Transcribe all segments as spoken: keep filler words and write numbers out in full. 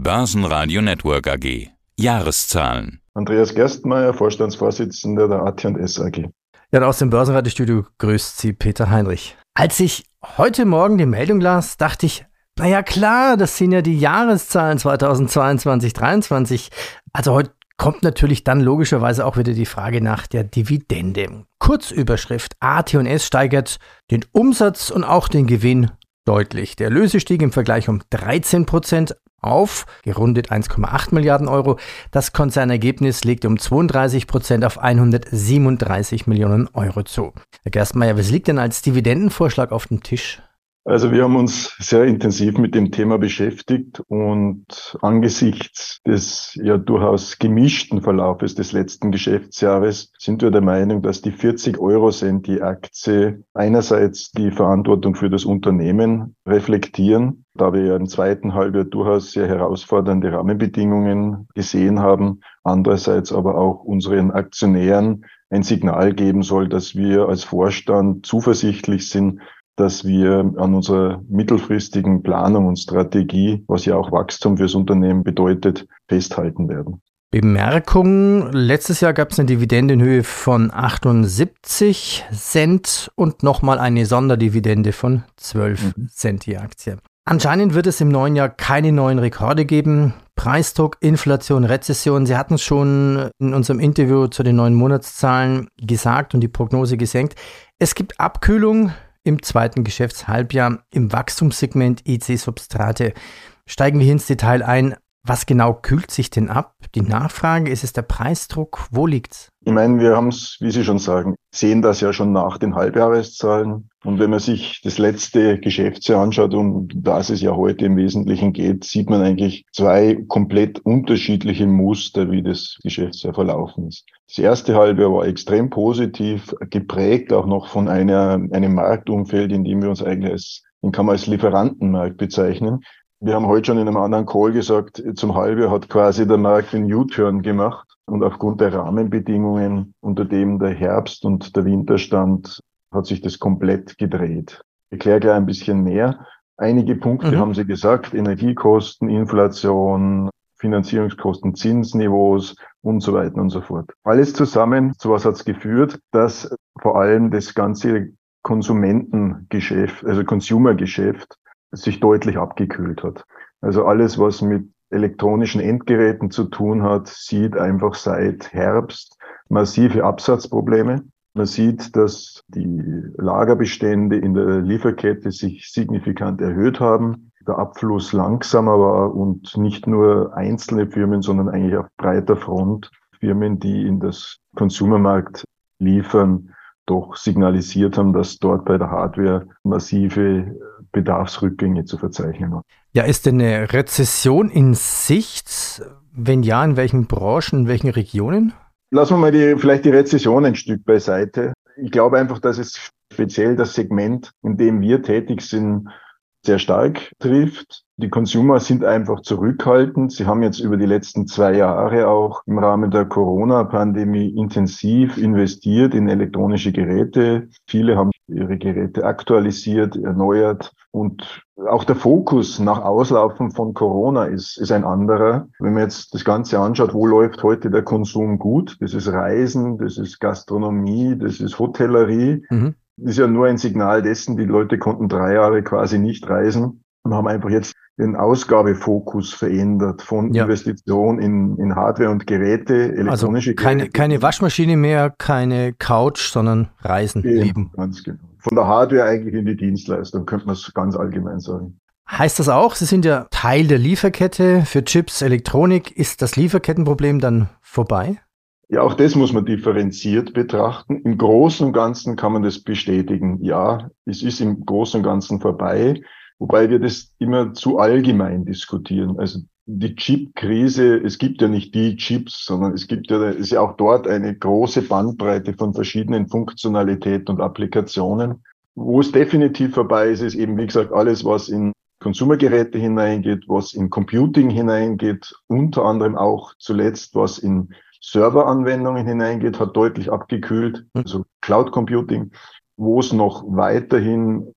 Börsenradio Network A G. Jahreszahlen. Andreas Gerstenmaier, Vorstandsvorsitzender der A T und S A G. Ja, und aus dem Börsenradiostudio grüßt Sie Peter Heinrich. Als ich heute Morgen die Meldung las, dachte ich, naja klar, das sind ja die Jahreszahlen zweitausendzweiundzwanzig dreiundzwanzig. Also heute kommt natürlich dann logischerweise auch wieder die Frage nach der Dividende. Kurzüberschrift: A T und S steigert den Umsatz und auch den Gewinn deutlich. Der Erlöse stieg im Vergleich um dreizehn Prozent auf, gerundet eins Komma acht Milliarden Euro. Das Konzernergebnis legte um zweiunddreißig Prozent auf hundertsiebenunddreißig Millionen Euro zu. Herr Gerstenmaier, was liegt denn als Dividendenvorschlag auf dem Tisch? Also wir haben uns sehr intensiv mit dem Thema beschäftigt und angesichts des ja durchaus gemischten Verlaufes des letzten Geschäftsjahres sind wir der Meinung, dass die vierzig Euro Cent die Aktie einerseits die Verantwortung für das Unternehmen reflektieren, da wir ja im zweiten Halbjahr durchaus sehr herausfordernde Rahmenbedingungen gesehen haben, andererseits aber auch unseren Aktionären ein Signal geben soll, dass wir als Vorstand zuversichtlich sind, dass wir an unserer mittelfristigen Planung und Strategie, was ja auch Wachstum fürs Unternehmen bedeutet, festhalten werden. Bemerkung: Letztes Jahr gab es eine Dividende in Höhe von achtundsiebzig Cent und nochmal eine Sonderdividende von zwölf mhm. Cent die Aktie. Anscheinend wird es im neuen Jahr keine neuen Rekorde geben. Preisdruck, Inflation, Rezession. Sie hatten es schon in unserem Interview zu den neuen Monatszahlen gesagt und die Prognose gesenkt. Es gibt Abkühlung im zweiten Geschäftshalbjahr im Wachstumssegment I C-Substrate. Steigen wir hier ins Detail ein. Was genau kühlt sich denn ab? Die Nachfrage, ist es der Preisdruck? Wo liegt's? Ich meine, wir haben es, wie Sie schon sagen, sehen das ja schon nach den Halbjahreszahlen. Und wenn man sich das letzte Geschäftsjahr anschaut, um das es ja heute im Wesentlichen geht, sieht man eigentlich zwei komplett unterschiedliche Muster, wie das Geschäftsjahr verlaufen ist. Das erste Halbjahr war extrem positiv, geprägt auch noch von einer, einem Marktumfeld, in dem wir uns eigentlich als, den kann man als Lieferantenmarkt bezeichnen. Wir haben heute schon in einem anderen Call gesagt, zum Halbjahr hat quasi der Markt einen U-Turn gemacht. Und aufgrund der Rahmenbedingungen, unter dem der Herbst und der Winter stand, hat sich das komplett gedreht. Ich erkläre gleich ein bisschen mehr. Einige Punkte mhm. haben Sie gesagt: Energiekosten, Inflation, Finanzierungskosten, Zinsniveaus und so weiter und so fort. Alles zusammen, zu was hat es geführt, dass vor allem das ganze Konsumentengeschäft, also Consumergeschäft, sich deutlich abgekühlt hat. Also alles, was mit elektronischen Endgeräten zu tun hat, sieht einfach seit Herbst massive Absatzprobleme. Man sieht, dass die Lagerbestände in der Lieferkette sich signifikant erhöht haben, der Abfluss langsamer war und nicht nur einzelne Firmen, sondern eigentlich auf breiter Front Firmen, die in das Consumermarkt liefern, doch signalisiert haben, dass dort bei der Hardware massive Bedarfsrückgänge zu verzeichnen waren. Ja, ist denn eine Rezession in Sicht? Wenn ja, in welchen Branchen, in welchen Regionen? Lassen wir mal die, vielleicht die Rezession ein Stück beiseite. Ich glaube einfach, dass es speziell das Segment, in dem wir tätig sind, sehr stark trifft. Die Consumer sind einfach zurückhaltend. Sie haben jetzt über die letzten zwei Jahre auch im Rahmen der Corona-Pandemie intensiv investiert in elektronische Geräte. Viele haben ihre Geräte aktualisiert, erneuert. Und auch der Fokus nach Auslaufen von Corona ist, ist ein anderer. Wenn man jetzt das Ganze anschaut, wo läuft heute der Konsum gut? Das ist Reisen, das ist Gastronomie, das ist Hotellerie. Mhm. Das ist ja nur ein Signal dessen, die Leute konnten drei Jahre quasi nicht reisen und haben einfach jetzt den Ausgabefokus verändert von ja. Investition in, in Hardware und Geräte, elektronische also keine, Geräte. Keine Waschmaschine mehr, keine Couch, sondern Reisen, ja, Leben. Ganz genau. Von der Hardware eigentlich in die Dienstleistung, könnte man es ganz allgemein sagen. Heißt das auch, Sie sind ja Teil der Lieferkette für Chips, Elektronik. Ist das Lieferkettenproblem dann vorbei? Ja, auch das muss man differenziert betrachten. Im Großen und Ganzen kann man das bestätigen. Ja, es ist im Großen und Ganzen vorbei, wobei wir das immer zu allgemein diskutieren. Also die Chip-Krise, es gibt ja nicht die Chips, sondern es gibt ja, es ist ja auch dort eine große Bandbreite von verschiedenen Funktionalitäten und Applikationen. Wo es definitiv vorbei ist, ist eben, wie gesagt, alles, was in Consumergeräte hineingeht, was in Computing hineingeht, unter anderem auch zuletzt, was in Serveranwendungen hineingeht, hat deutlich abgekühlt, also Cloud Computing. Wo es noch weiterhin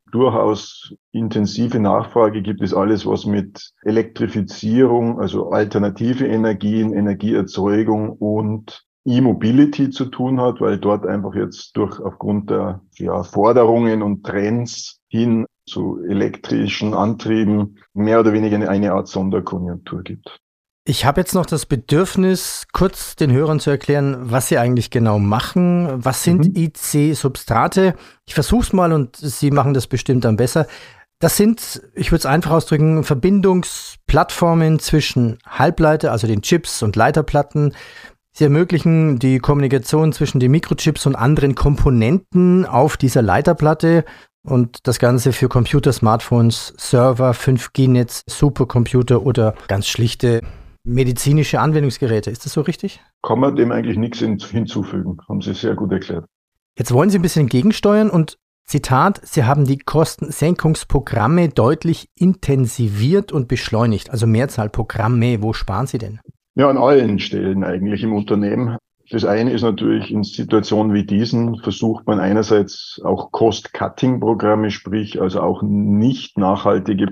durchaus intensive Nachfrage gibt, ist alles, was mit Elektrifizierung, also alternative Energien, Energieerzeugung und E-Mobility zu tun hat, weil dort einfach jetzt durch aufgrund der ja, Forderungen und Trends hin zu elektrischen Antrieben mehr oder weniger eine Art Sonderkonjunktur gibt. Ich habe jetzt noch das Bedürfnis, kurz den Hörern zu erklären, was sie eigentlich genau machen. Was sind mhm. I C-Substrate? Ich versuche es mal und Sie machen das bestimmt dann besser. Das sind, ich würde es einfach ausdrücken, Verbindungsplattformen zwischen Halbleiter, also den Chips und Leiterplatten. Sie ermöglichen die Kommunikation zwischen den Mikrochips und anderen Komponenten auf dieser Leiterplatte. Und das Ganze für Computer, Smartphones, Server, fünf G-Netz, Supercomputer oder ganz schlichte medizinische Anwendungsgeräte. Ist das so richtig? Kann man dem eigentlich nichts hinzufügen. Haben Sie sehr gut erklärt. Jetzt wollen Sie ein bisschen gegensteuern und Zitat, Sie haben die Kostensenkungsprogramme deutlich intensiviert und beschleunigt. Also Mehrzahl Programme. Wo sparen Sie denn? Ja, an allen Stellen eigentlich im Unternehmen. Das eine ist natürlich, in Situationen wie diesen versucht man einerseits auch Cost-Cutting-Programme, sprich also auch nicht nachhaltige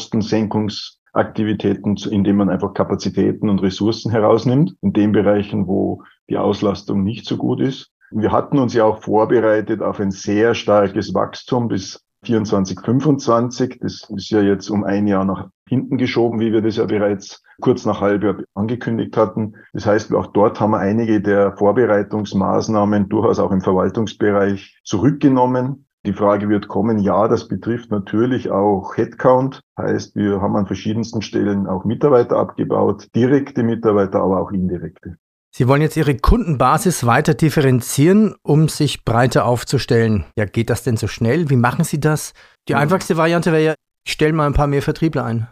Kostensenkungsaktivitäten, indem man einfach Kapazitäten und Ressourcen herausnimmt, in den Bereichen, wo die Auslastung nicht so gut ist. Wir hatten uns ja auch vorbereitet auf ein sehr starkes Wachstum bis vierundzwanzig, fünfundzwanzig. Das ist ja jetzt um ein Jahr nach hinten geschoben, wie wir das ja bereits kurz nach Halbjahr angekündigt hatten. Das heißt, auch dort haben wir einige der Vorbereitungsmaßnahmen durchaus auch im Verwaltungsbereich zurückgenommen. Die Frage wird kommen, ja, das betrifft natürlich auch Headcount. Heißt, wir haben an verschiedensten Stellen auch Mitarbeiter abgebaut, direkte Mitarbeiter, aber auch indirekte. Sie wollen jetzt Ihre Kundenbasis weiter differenzieren, um sich breiter aufzustellen. Ja, geht das denn so schnell? Wie machen Sie das? Die einfachste Variante wäre ja, ich stelle mal ein paar mehr Vertriebler ein.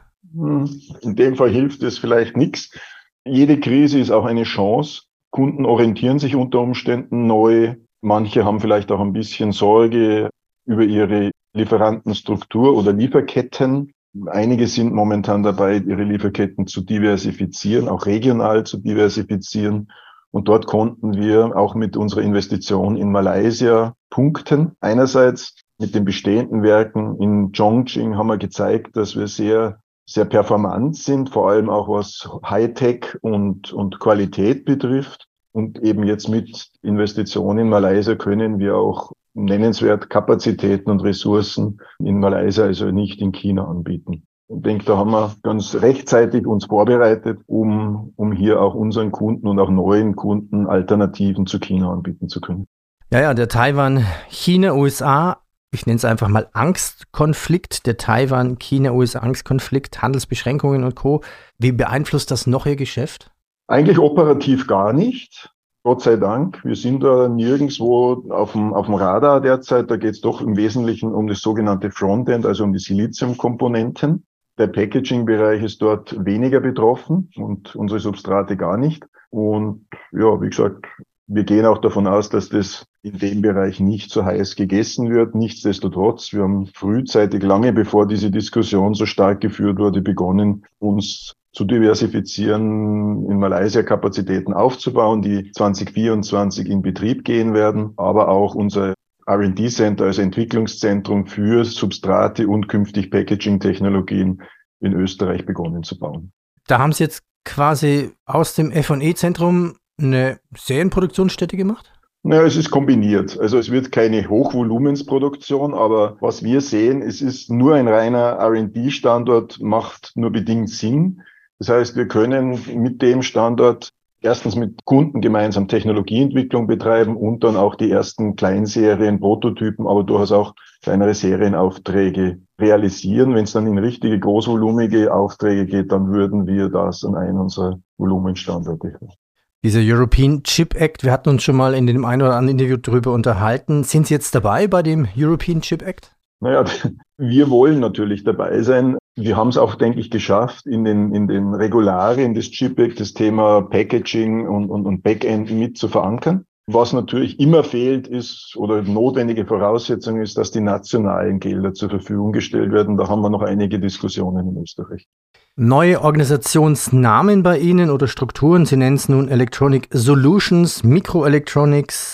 In dem Fall hilft es vielleicht nichts. Jede Krise ist auch eine Chance. Kunden orientieren sich unter Umständen neu. Manche haben vielleicht auch ein bisschen Sorge über ihre Lieferantenstruktur oder Lieferketten. Einige sind momentan dabei, ihre Lieferketten zu diversifizieren, auch regional zu diversifizieren. Und dort konnten wir auch mit unserer Investition in Malaysia punkten. Einerseits mit den bestehenden Werken in Chongqing haben wir gezeigt, dass wir sehr, sehr performant sind, vor allem auch was Hightech und, und Qualität betrifft. Und eben jetzt mit Investitionen in Malaysia können wir auch nennenswert Kapazitäten und Ressourcen in Malaysia, also nicht in China, anbieten. Ich denke, da haben wir ganz rechtzeitig uns vorbereitet, um, um hier auch unseren Kunden und auch neuen Kunden Alternativen zu China anbieten zu können. Ja, ja, der Taiwan-China-U S A, ich nenne es einfach mal Angstkonflikt, der Taiwan-China-U S A-Angstkonflikt, Handelsbeschränkungen und Co. Wie beeinflusst das noch Ihr Geschäft? Eigentlich operativ gar nicht. Gott sei Dank. Wir sind da nirgendwo auf dem, auf dem Radar derzeit. Da geht es doch im Wesentlichen um das sogenannte Frontend, also um die Siliziumkomponenten. Der Packaging-Bereich ist dort weniger betroffen und unsere Substrate gar nicht. Und ja, wie gesagt, wir gehen auch davon aus, dass das in dem Bereich nicht so heiß gegessen wird. Nichtsdestotrotz, wir haben frühzeitig, lange bevor diese Diskussion so stark geführt wurde, begonnen, uns zu diversifizieren, in Malaysia Kapazitäten aufzubauen, die zwanzig vierundzwanzig in Betrieb gehen werden, aber auch unser R und D Center als Entwicklungszentrum für Substrate und künftig Packaging-Technologien in Österreich begonnen zu bauen. Da haben Sie jetzt quasi aus dem F und E-Zentrum eine Serienproduktionsstätte gemacht? Naja, es ist kombiniert. Also es wird keine Hochvolumensproduktion, aber was wir sehen, es ist nur ein reiner R und D-Standort, macht nur bedingt Sinn. Das heißt, wir können mit dem Standort erstens mit Kunden gemeinsam Technologieentwicklung betreiben und dann auch die ersten Kleinserien, Prototypen, aber durchaus auch kleinere Serienaufträge realisieren. Wenn es dann in richtige großvolumige Aufträge geht, dann würden wir das an einen unserer Volumenstandorte. Dieser European Chip Act, wir hatten uns schon mal in dem einen oder anderen Interview darüber unterhalten. Sind Sie jetzt dabei bei dem European Chip Act? Naja, wir wollen natürlich dabei sein. Wir haben es auch, denke ich, geschafft, in den, in den Regularien des Chip Act das Thema Packaging und, und, und Backend mit zu verankern. Was natürlich immer fehlt ist oder notwendige Voraussetzung ist, dass die nationalen Gelder zur Verfügung gestellt werden. Da haben wir noch einige Diskussionen in Österreich. Neue Organisationsnamen bei Ihnen oder Strukturen, Sie nennen es nun Electronic Solutions, Microelectronics,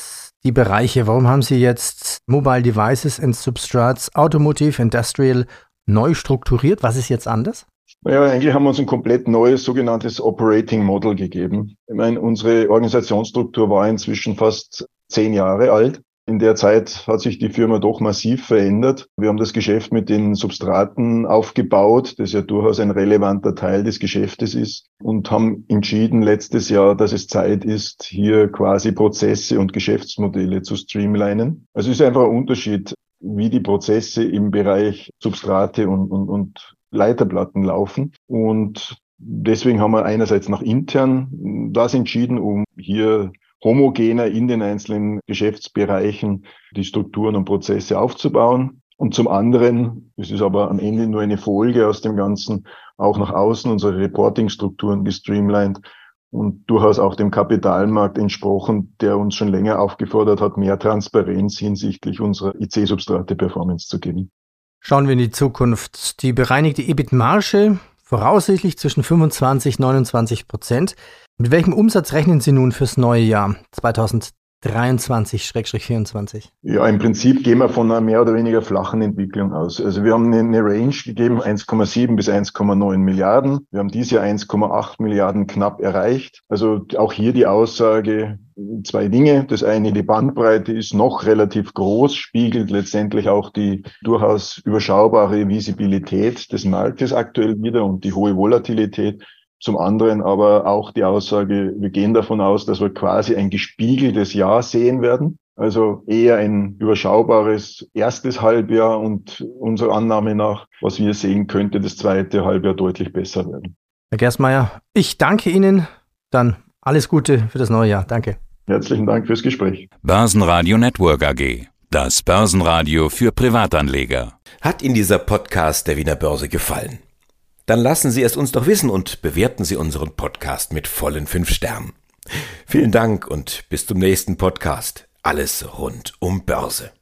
die Bereiche? Warum haben Sie jetzt Mobile Devices and Substrates, Automotive, Industrial neu strukturiert? Was ist jetzt anders? Naja, eigentlich haben wir uns ein komplett neues sogenanntes Operating Model gegeben. Ich meine, unsere Organisationsstruktur war inzwischen fast zehn Jahre alt. In der Zeit hat sich die Firma doch massiv verändert. Wir haben das Geschäft mit den Substraten aufgebaut, das ja durchaus ein relevanter Teil des Geschäftes ist, und haben entschieden letztes Jahr, dass es Zeit ist, hier quasi Prozesse und Geschäftsmodelle zu streamlinen. Also es ist einfach ein Unterschied, wie die Prozesse im Bereich Substrate und, und, und Leiterplatten laufen. Und deswegen haben wir einerseits nach intern das entschieden, um hier homogener in den einzelnen Geschäftsbereichen die Strukturen und Prozesse aufzubauen. Und zum anderen, es ist aber am Ende nur eine Folge aus dem Ganzen, auch nach außen unsere Reporting-Strukturen gestreamlined und durchaus auch dem Kapitalmarkt entsprochen, der uns schon länger aufgefordert hat, mehr Transparenz hinsichtlich unserer I C-Substrate-Performance zu geben. Schauen wir in die Zukunft. Die bereinigte E B I T-Marge voraussichtlich zwischen fünfundzwanzig und neunundzwanzig Prozent. Mit welchem Umsatz rechnen Sie nun fürs neue Jahr zweitausenddreiundzwanzig vierundzwanzig? Ja, im Prinzip gehen wir von einer mehr oder weniger flachen Entwicklung aus. Also wir haben eine Range gegeben, eins Komma sieben bis eins Komma neun Milliarden. Wir haben dieses Jahr eins Komma acht Milliarden knapp erreicht. Also auch hier die Aussage, zwei Dinge. Das eine, die Bandbreite ist noch relativ groß, spiegelt letztendlich auch die durchaus überschaubare Visibilität des Marktes aktuell wider und die hohe Volatilität. Zum anderen aber auch die Aussage, wir gehen davon aus, dass wir quasi ein gespiegeltes Jahr sehen werden. Also eher ein überschaubares erstes Halbjahr und unserer Annahme nach, was wir sehen, könnte das zweite Halbjahr deutlich besser werden. Herr Gerstmaier, ich danke Ihnen. Dann alles Gute für das neue Jahr. Danke. Herzlichen Dank fürs Gespräch. Börsenradio Network A G. Das Börsenradio für Privatanleger. Hat Ihnen dieser Podcast der Wiener Börse gefallen? Dann lassen Sie es uns doch wissen und bewerten Sie unseren Podcast mit vollen fünf Sternen. Vielen Dank und bis zum nächsten Podcast. Alles rund um Börse.